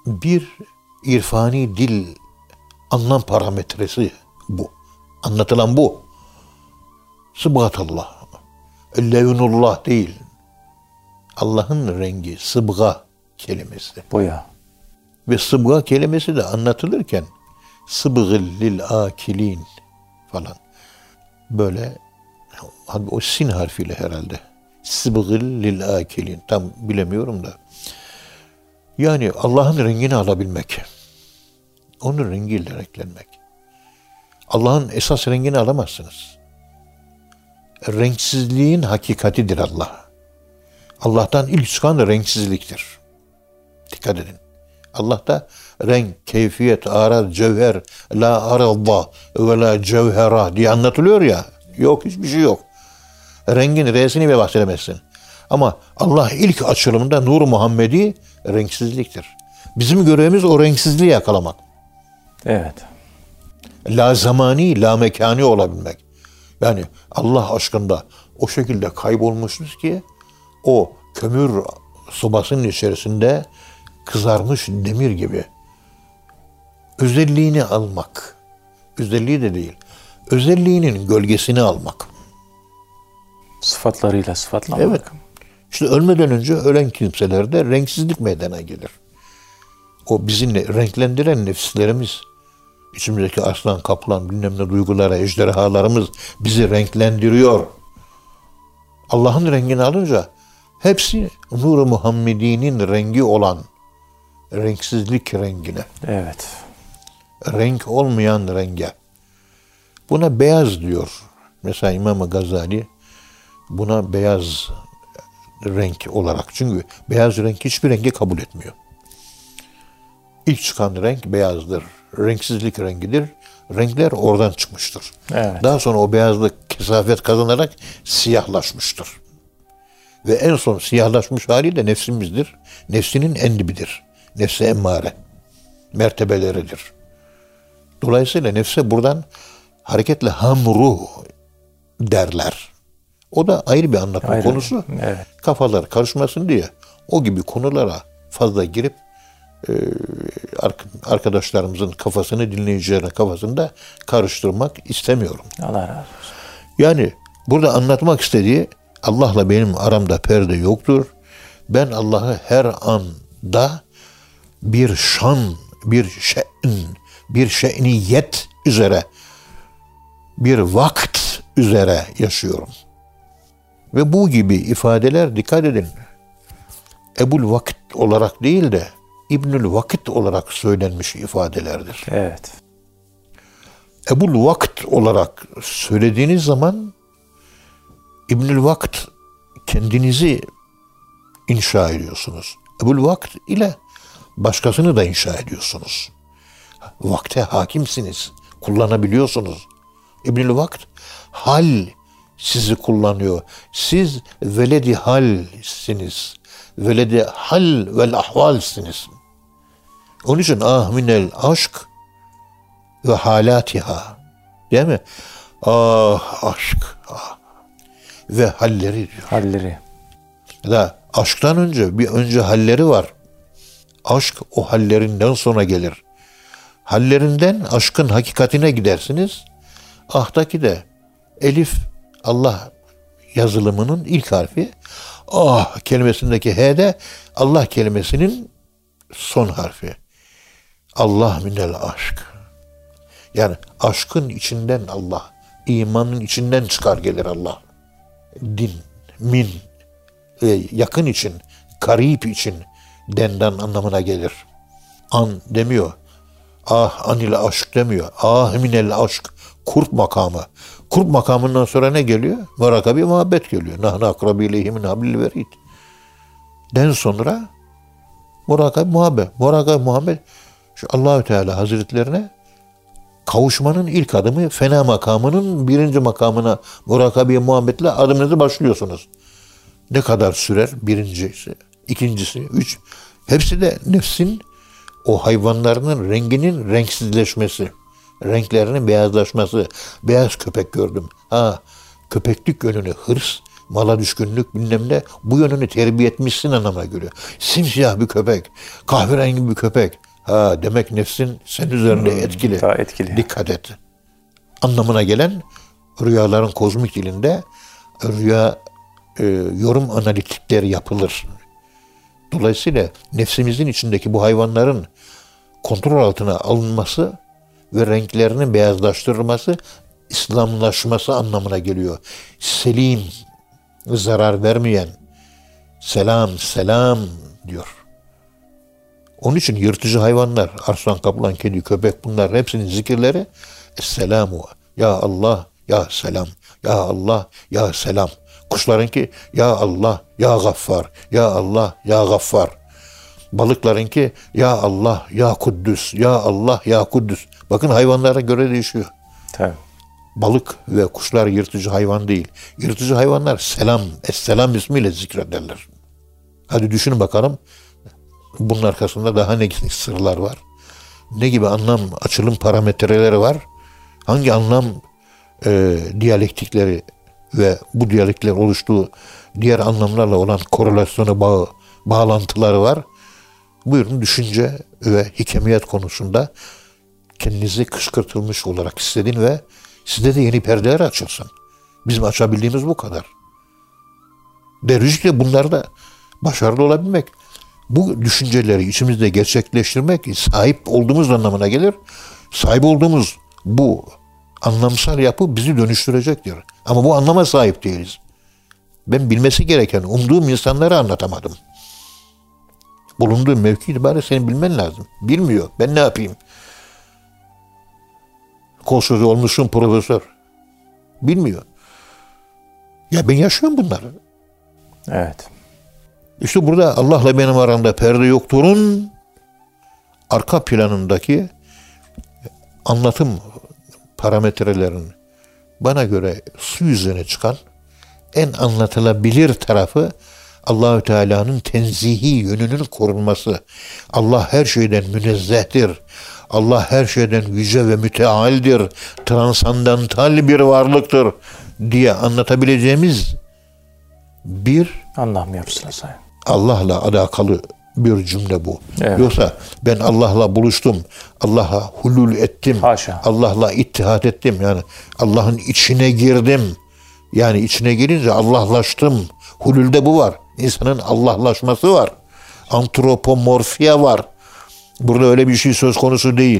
bir irfani dil anlam parametresi bu. Anlatılan bu. Sıbgatullah. Levnullah değil. Allah'ın rengi, sıbga kelimesi. Boya. Ve sıbga kelimesi de anlatılırken sıbgıl lil akilin falan. Böyle o sin harfiyle herhalde. Sıbgıl lil akilin. Tam bilemiyorum da. Yani Allah'ın rengini alabilmek. Onun rengiyle renklenmek. Allah'ın esas rengini alamazsınız. Renksizliğin hakikatidir Allah. Allah'tan ilk çıkan renksizliktir. Dikkat edin. Allah'ta renk, keyfiyet, arad, cevher, la aradda ve la cevhera diye anlatılıyor ya. Yok, hiçbir şey yok. Rengin re'sini bile bahsedemezsin. Ama Allah ilk açılımında Nur-u Muhammedi renksizliktir. Bizim görevimiz o renksizliği yakalamak. Evet. La zamani, la mekani olabilmek. Yani Allah aşkında o şekilde kaybolmuşuz ki o kömür sobasının içerisinde kızarmış demir gibi. Özelliğini almak. Özelliği de değil. Özelliğinin gölgesini almak. Sıfatlarıyla sıfatlanmak. Evet. İşte ölmeden önce ölen kimselerde renksizlik meydana gelir. O bizi renklendiren nefislerimiz, içimizdeki aslan, kaplan, bilmem ne duygulara, ejderhalarımız bizi renklendiriyor. Allah'ın rengini alınca hepsi Nur-u Muhammedi'nin rengi olan renksizlik rengine. Evet. Renk olmayan renge. Buna beyaz diyor. Mesela İmam Gazali buna beyaz renk olarak. Çünkü beyaz renk hiçbir rengi kabul etmiyor. İlk çıkan renk beyazdır. Renksizlik rengidir. Renkler oradan çıkmıştır. Evet. Daha sonra o beyazlık kesafet kazanarak siyahlaşmıştır. Ve en son siyahlaşmış hali de nefsimizdir. Nefsinin en dibidir. Nefse emmare. Mertebeleridir. Dolayısıyla nefse buradan hareketle hamruh derler. O da ayrı bir anlatma konusu. Evet. Kafalar karışmasın diye o gibi konulara fazla girip arkadaşlarımızın kafasını, dinleyicilerin kafasını da karıştırmak istemiyorum. Allah razı olsun. Yani burada anlatmak istediği Allah'la benim aramda perde yoktur. Ben Allah'ı her anda bir şan, bir şe'n, bir şe'niyet üzere, bir vakt üzere yaşıyorum. Ve bu gibi ifadeler, dikkat edin, Ebul Vakit olarak değil de İbnül Vakit olarak söylenmiş ifadelerdir. Evet. Ebul Vakit olarak söylediğiniz zaman İbnül Vakit kendinizi inşa ediyorsunuz. Ebul Vakit ile başkasını da inşa ediyorsunuz. Vakte hakimsiniz, kullanabiliyorsunuz. İbnül Vakit hal sizi kullanıyor. Siz veledi halsiniz. Veledi hal vel ahvalsiniz. Onun için minel aşk ve halatiha. Değil mi? Aşk. Ve halleri diyor. Halleri. Da aşktan önce halleri var. Aşk o hallerinden sonra gelir. Hallerinden aşkın hakikatine gidersiniz. Ahtaki de elif Allah yazılımının ilk harfi. Kelimesindeki H de Allah kelimesinin son harfi. Allah minel aşk. Yani aşkın içinden Allah, imanın içinden çıkar gelir Allah. Din, min, yakın için, karip için denden anlamına gelir. An demiyor. Anil aşk demiyor. Minel aşk. Kurp makamı. Kurp makamından sonra ne geliyor? Murakabi muhabbet geliyor. Nahnu akrabi ileyhi min hablil verid. Den sonra murakabi muhabbet. Murakabi muhabbet şu Allahü Teala Hazretlerine kavuşmanın ilk adımı, fena makamının birinci makamına murakabi muhabbetle adımınızı başlıyorsunuz. Ne kadar sürer? Birincisi, ikincisi, üç. Hepsi de nefsin o hayvanlarının renginin renksizleşmesi. Renklerinin beyazlaşması. Beyaz köpek gördüm. Köpeklik yönünü hırs, mala düşkünlük bilmem ne bu yönünü terbiye etmişsin anlamına geliyor. Simsiyah bir köpek, kahverengi bir köpek. Ha demek nefsin senin üzerinde etkili. Daha etkili. Dikkat et. Anlamına gelen rüyaların kozmik dilinde rüya yorum analitikleri yapılır. Dolayısıyla nefsimizin içindeki bu hayvanların kontrol altına alınması ve renklerinin beyazlaştırılması, İslamlaşması anlamına geliyor. Selim, zarar vermeyen, selam, selam diyor. Onun için yırtıcı hayvanlar, arslan, kaplan, kedi, köpek bunlar hepsinin zikirleri Esselamu, ya Allah, ya selam, ya Allah, ya selam. Kuşlarınki ya Allah, ya Gaffar, ya Allah, ya Gaffar. Balıklarınki ya Allah, ya Kuddüs, ya Allah, ya Kuddüs. Bakın hayvanlara göre değişiyor. Tabii. Balık ve kuşlar yırtıcı hayvan değil. Yırtıcı hayvanlar selam, Esselam ismiyle zikrederler. Hadi düşünün bakalım. Bunun arkasında daha ne sırlar var? Ne gibi anlam, açılım parametreleri var? Hangi anlam diyalektikleri ve bu diyalektikler oluştuğu diğer anlamlarla olan korelasyonu, bağlantıları var? Buyurun düşünce ve hikemiyet konusunda kendinizi kışkırtılmış olarak hissedin ve sizde de yeni perdeler açılsın. Bizim açabildiğimiz bu kadar. Dervişlikle bunlarda başarılı olabilmek, bu düşünceleri içimizde gerçekleştirmek sahip olduğumuz anlamına gelir. Sahip olduğumuz bu anlamsal yapı bizi dönüştürecektir. Ama bu anlama sahip değiliz. Ben bilmesi gereken, umduğum insanlara anlatamadım. Bulunduğum mevki itibariyle senin bilmen lazım. Bilmiyor. Ben ne yapayım? Koskoca olmuşsun profesör. Bilmiyor. Ya ben yaşıyorum bunları. Evet. İşte burada Allah'la benim aramda perde yoktur'un arka planındaki anlatım parametrelerin bana göre su yüzüne çıkan en anlatılabilir tarafı Allahü Teala'nın tenzihi yönünün korunması. Allah her şeyden münezzehtir. Allah her şeyden yüce ve mütealdir. Transandantal bir varlıktır diye anlatabileceğimiz bir Anlam yapısına sahip. Allah'la alakalı bir cümle bu. Evet. Yoksa ben Allah'la buluştum, Allah'a hulul ettim, Haşa. Allah'la ittihat ettim. Yani Allah'ın içine girdim. Yani içine girince Allah'laştım. Hululde bu var. İnsanın Allah'laşması var. Antropomorfiya var. Burada öyle bir şey söz konusu değil.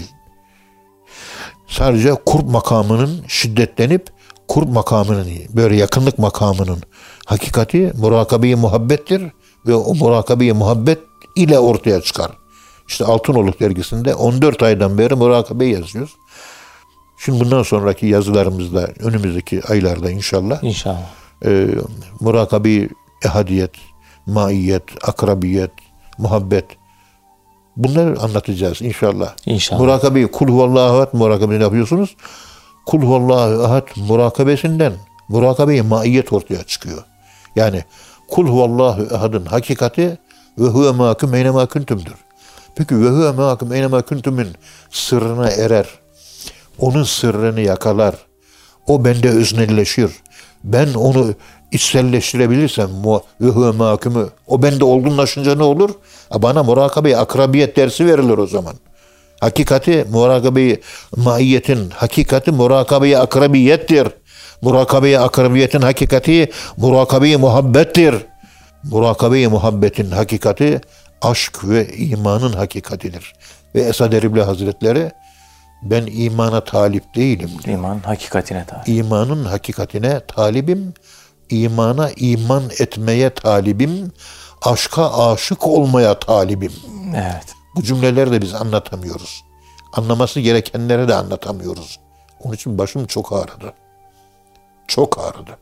Sadece kurb makamının şiddetlenip kurb makamının, böyle yakınlık makamının hakikati murakabe-i muhabbettir ve o murakabe-i muhabbet ile ortaya çıkar. İşte Altınoluk dergisinde 14 aydan beri murakabe yazıyoruz. Şimdi bundan sonraki yazılarımızda önümüzdeki aylarda inşallah İnşallah. murakabe-i ehadiyet, maiyet, akrabiyet, muhabbet bunları anlatacağız inşallah. İnşallah. Murakabe-i kul huvallahu ahad murakabesini yapıyorsunuz. Kul huvallahu ahad murakabesinden murakabe-i maiyet ortaya çıkıyor. Yani kul huvallahu ahadın hakikati ve huve mâküm eynemâ kuntum'dur. Peki ve huve mâküm eynemâ kuntum'un sırrına erer. Onun sırrını yakalar. O bende öznelleşir. Ben onu içselleştirebilirsem ve huve mâkümü o bende olgunlaşınca ne olur? Bana murakabe-i akrabiyet dersi verilir o zaman. Hakikati murakabe-i maiyetin hakikati murakabe-i akrabiyettir. Murakabe-i akrabiyetin hakikati murakabe-i muhabbettir. Murakabe-i muhabbetin hakikati aşk ve imanın hakikatidir. Ve Esad Erbil Hazretleri ben imana talip değilim diyor. İman hakikatine talip. İmanın hakikatine talibim, imana iman etmeye talibim, aşka aşık olmaya talibim. Evet. Bu cümleleri de biz anlatamıyoruz. Anlaması gerekenleri de anlatamıyoruz. Onun için başım çok ağrıdı. Çok ağrıdı.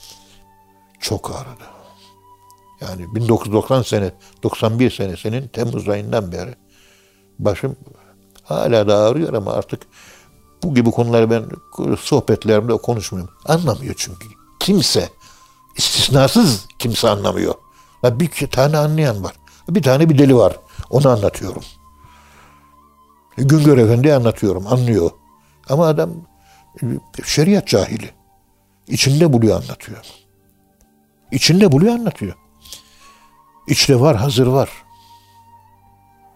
Çok ağrıdı. Yani 91 senesinin Temmuz ayından beri başım hala da ağrıyor ama artık bu gibi konuları ben sohbetlerimde konuşmuyorum. Anlamıyor çünkü. Kimse, istisnasız kimse anlamıyor. Bir tane anlayan var. Bir tane bir deli var. Onu anlatıyorum. Güngör Efendi'yi anlatıyorum. Anlıyor. Ama adam şeriat cahili. İçinde buluyor anlatıyor. İçinde buluyor anlatıyor. İçte var, hazır var.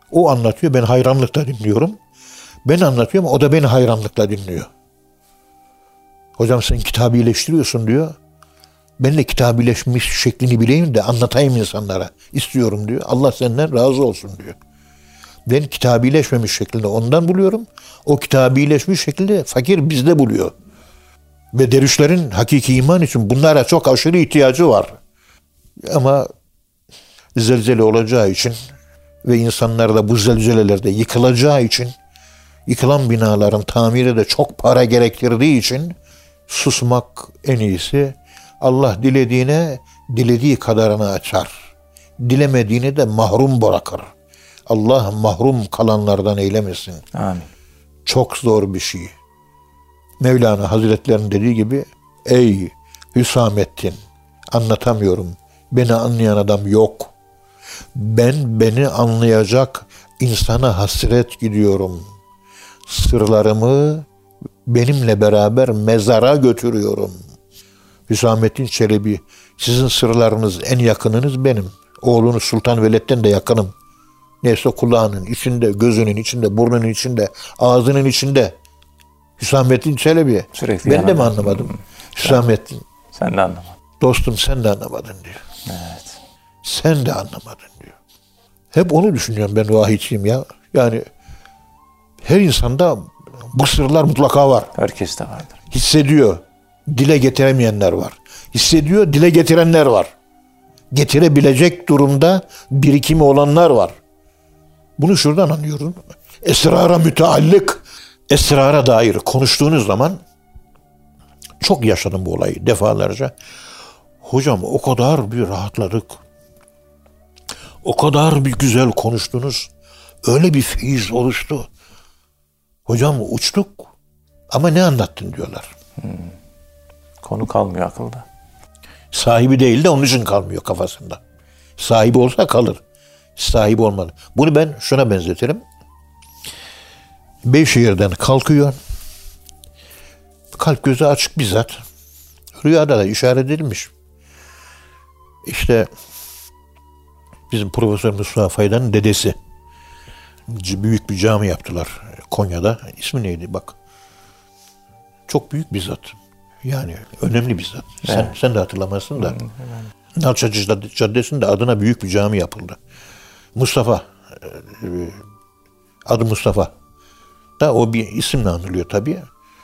O anlatıyor, ben hayranlıkla dinliyorum. Ben anlatıyorum, o da beni hayranlıkla dinliyor. Hocam sen kitabı iyileştiriyorsun diyor. Ben de kitabı iyileşmiş şeklini bileyim de anlatayım insanlara istiyorum diyor. Allah senden razı olsun diyor. Ben kitabı iyileşmemiş şeklinde ondan buluyorum. O kitabı iyileşmiş şekilde fakir bizde buluyor. Ve dervişlerin hakiki iman için bunlara çok aşırı ihtiyacı var. Ama zelzele olacağı için ve insanlar da bu zelzelelerde yıkılacağı için, yıkılan binaların tamiri de çok para gerektirdiği için susmak en iyisi. Allah dilediğine dilediği kadarını açar. Dilemediğini de mahrum bırakır. Allah mahrum kalanlardan eylemesin. Amin. Çok zor bir şey. Mevlana Hazretleri'nin dediği gibi, ey Hüsamettin, anlatamıyorum. Beni anlayan adam yok. Ben beni anlayacak insana hasret gidiyorum. Sırlarımı benimle beraber mezara götürüyorum. Hüsamettin Çelebi, sizin sırlarınız en yakınınız benim. Oğlunuz Sultan Veled'den de yakınım. Neyse kulağının içinde, gözünün içinde, burnunun içinde, ağzının içinde. Hüsamettin Çelebi. Sürekli Ben de mi anlamadım? Hüsamettin. Sen de anlamadın. Dostum sen de anlamadın diyor. Evet. Sen de anlamadın diyor. Hep onu düşünüyorum ben vahiyçiyim ya. Yani her insanda bu sırlar mutlaka var. Herkes de vardır. Hissediyor. Dile getiremeyenler var. Hissediyor, dile getirenler var. Getirebilecek durumda birikimi olanlar var. Bunu şuradan anlıyorum. Esrara müteallık, esrara dair konuştuğunuz zaman çok yaşadım bu olayı defalarca. Hocam o kadar bir rahatladık. O kadar bir güzel konuştunuz. Öyle bir feyiz oluştu. Hocam uçtuk ama ne anlattın diyorlar. Konu kalmıyor akılda. Sahibi değil de onun için kalmıyor kafasında. Sahibi olsa kalır. Sahibi olmalı. Bunu ben şuna benzetirim. Beyşehir'den kalkıyor. Kalp gözü açık bizzat. Rüyada da işaret edilmiş. İşte bizim Profesör Mustafa Faydan'ın dedesi. Büyük bir cami yaptılar Konya'da. İsmi neydi bak. Çok büyük bir zat. Yani önemli bir zat. Sen de hatırlamazsın da. Nalçacı Caddesi'nde adına büyük bir cami yapıldı. Mustafa, adı Mustafa. Da o bir isimle anılıyor tabii.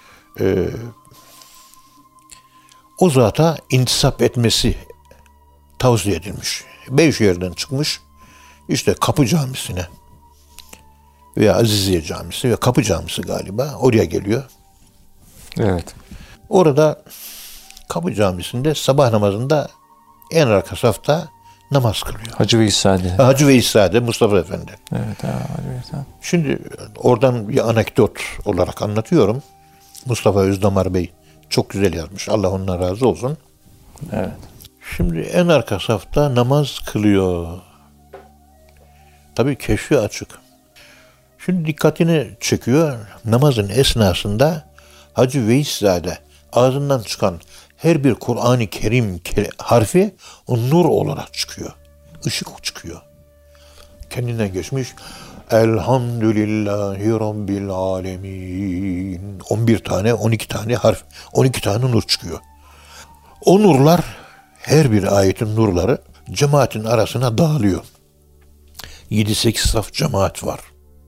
O zata intisap etmesi tavsiye edilmiş. Beyşehir'den çıkmış. İşte Kapı Camisi'ne veya Aziziye Camisi ve Kapı Camisi galiba oraya geliyor. Evet. Orada Kapı Camisi'nde sabah namazında en arka safta namaz kılıyor. Hacı Veysade. Hacı Veysade Mustafa Efendi. Evet. Hacı Veysade. Şimdi oradan bir anekdot olarak anlatıyorum. Mustafa Özdamar Bey çok güzel yazmış. Allah ondan razı olsun. Evet. Şimdi en arka safta namaz kılıyor. Tabii keşfi açık. Şimdi dikkatini çekiyor. Namazın esnasında Hacı Veyszade ağzından çıkan her bir Kur'an-ı Kerim harfi o nur olarak çıkıyor. Işık çıkıyor. Kendinden geçmiş. Elhamdülillahi Rabbil Alemin. 11 tane, 12 tane harf, 12 tane nur çıkıyor. O nurlar, her bir ayetin nurları cemaatin arasına dağılıyor. 7-8 saf cemaat var.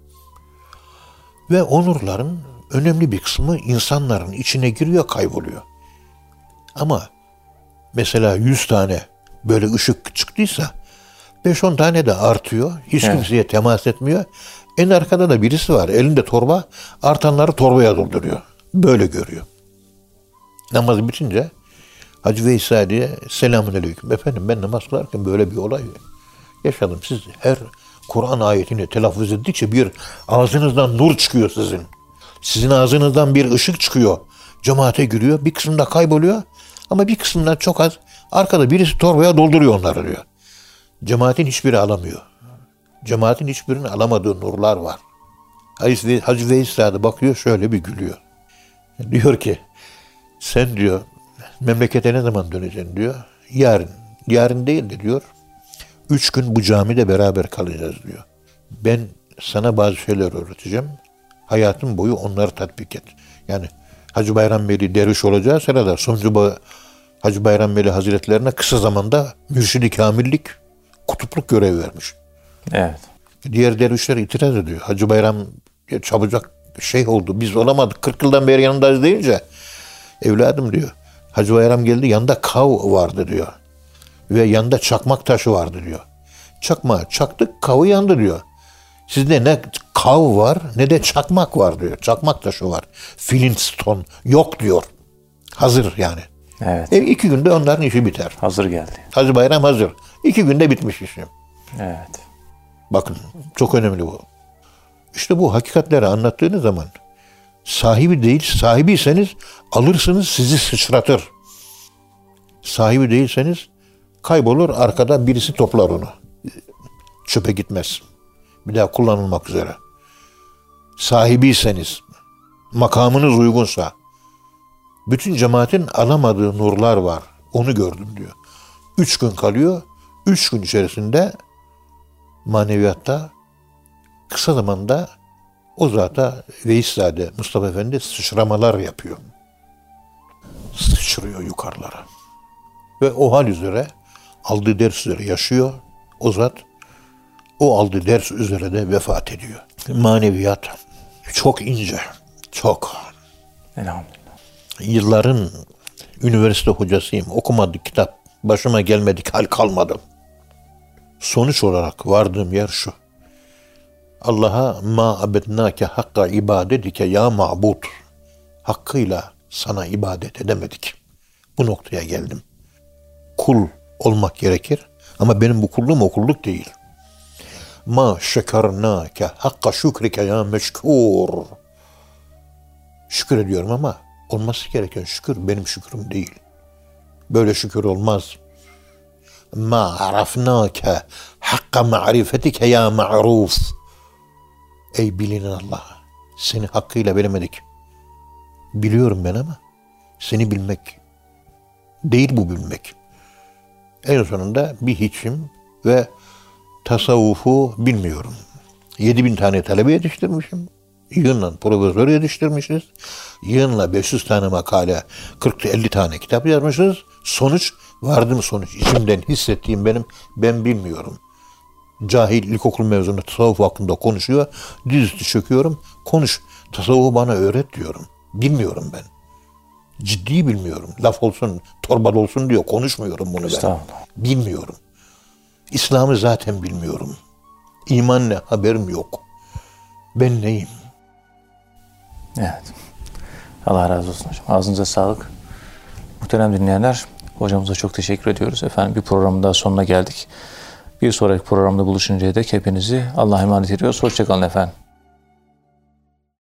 Ve o nurların önemli bir kısmı insanların içine giriyor, kayboluyor. Ama mesela 100 tane böyle ışık çıktıysa 5-10 tane de artıyor. Hiç kimseye temas etmiyor. En arkada da birisi var. Elinde torba. Artanları torbaya dolduruyor. Böyle görüyor. Namaz bitince Hacı Veysade'ye selamünaleyküm. Efendim ben namaz kılarken böyle bir olay yaşadım. Siz her Kur'an ayetini telaffuz ettikçe bir ağzınızdan nur çıkıyor sizin. Sizin ağzınızdan bir ışık çıkıyor. Cemaate giriyor. Bir kısımda kayboluyor. Ama bir kısımda çok az. Arkada birisi torbaya dolduruyor onları diyor. Cemaatin hiçbiri alamıyor. Cemaatin hiçbirinin alamadığı nurlar var. Hacı Veysade bakıyor şöyle bir gülüyor. Diyor ki sen diyor memlekete ne zaman döneceksin diyor. Yarın. Yarın değil de diyor. 3 gün bu camide beraber kalacağız diyor. Ben sana bazı şeyler öğreteceğim. Hayatın boyu onları tatbik et. Yani Hacı Bayram Veli derviş olacağı sırada Hacı Bayram Veli Hazretlerine kısa zamanda mürşid-i kamillik, kutupluk görevi vermiş. Evet. Diğer dervişler itiraz ediyor. Hacı Bayram çabucak şeyh oldu. Biz olamadık. 40 yıldan beri yanındayız deyince evladım diyor. Hacı Bayram geldi, yanında kav vardı diyor. Ve yanında çakmak taşı vardı diyor. Çakmağı çaktık, kavı yandı diyor. Sizde ne kav var ne de çakmak var diyor. Çakmak taşı var. Flintstone yok diyor. Hazır yani. Evet. 2 günde onların işi biter. Hazır geldi. Hacı Bayram hazır. 2 günde bitmiş işim. Evet. Bakın çok önemli bu. İşte bu hakikatleri anlattığınız zaman sahibi değil, sahibiyseniz alırsınız, sizi sıçratır. Sahibi değilseniz kaybolur, arkada birisi toplar onu. Çöpe gitmez. Bir daha kullanılmak üzere. Sahibiyseniz, makamınız uygunsa, bütün cemaatin alamadığı nurlar var. Onu gördüm diyor. 3 gün kalıyor. 3 gün içerisinde maneviyatta kısa zamanda o zata Veiszade Mustafa Efendi sıçramalar yapıyor. Sıçrıyor yukarılara. Ve o hal üzere, aldığı ders üzere yaşıyor. O zat o aldığı ders üzere de vefat ediyor. Maneviyat çok ince, çok. Elhamdülillah. Yılların üniversite hocasıyım. Okumadık kitap, başıma gelmedik hal kalmadı. Sonuç olarak vardığım yer şu. Allah'a ma abednake hakka ibadetike ya ma'bud. Hakkıyla sana ibadet edemedik. Bu noktaya geldim. Kul olmak gerekir ama benim bu kulluğum o kulluk değil. Ma şekernake hakka şükrike ya meşkur. Şükür ediyorum ama olması gereken şükür benim şükrüm değil. Böyle şükür olmaz. Ma arafnake hakka ma'rifetike ya ma'ruf. Ey bilinen Allah, seni hakkıyla bilemedik. Biliyorum ben ama seni bilmek değil bu bilmek. En sonunda bir hiçim ve tasavvufu bilmiyorum. 7.000 tane talebe yetiştirmişim. Yığınla profesör yetiştirmişiz. Yığınla 500 tane makale, 40-50 tane kitap yazmışız. Sonuç, vardım sonuç. İçimden hissettiğim ben bilmiyorum. Cahil ilkokul mezunu tasavvuf hakkında konuşuyor. Dizüstü çöküyorum. Konuş. Tasavvufu bana öğret diyorum. Bilmiyorum ben. Ciddi bilmiyorum. Laf olsun, torba olsun diyor. Konuşmuyorum bunu ben. Bilmiyorum. İslam'ı zaten bilmiyorum. İman ne haberim yok. Ben neyim? Evet. Allah razı olsun hocam. Ağzınıza sağlık. Muhterem dinleyenler, hocamıza çok teşekkür ediyoruz. Efendim bir programın daha sonuna geldik. Bir sonraki programda buluşuncaya dek hepinizi Allah'a emanet ediyoruz. Hoşça kalın efendim.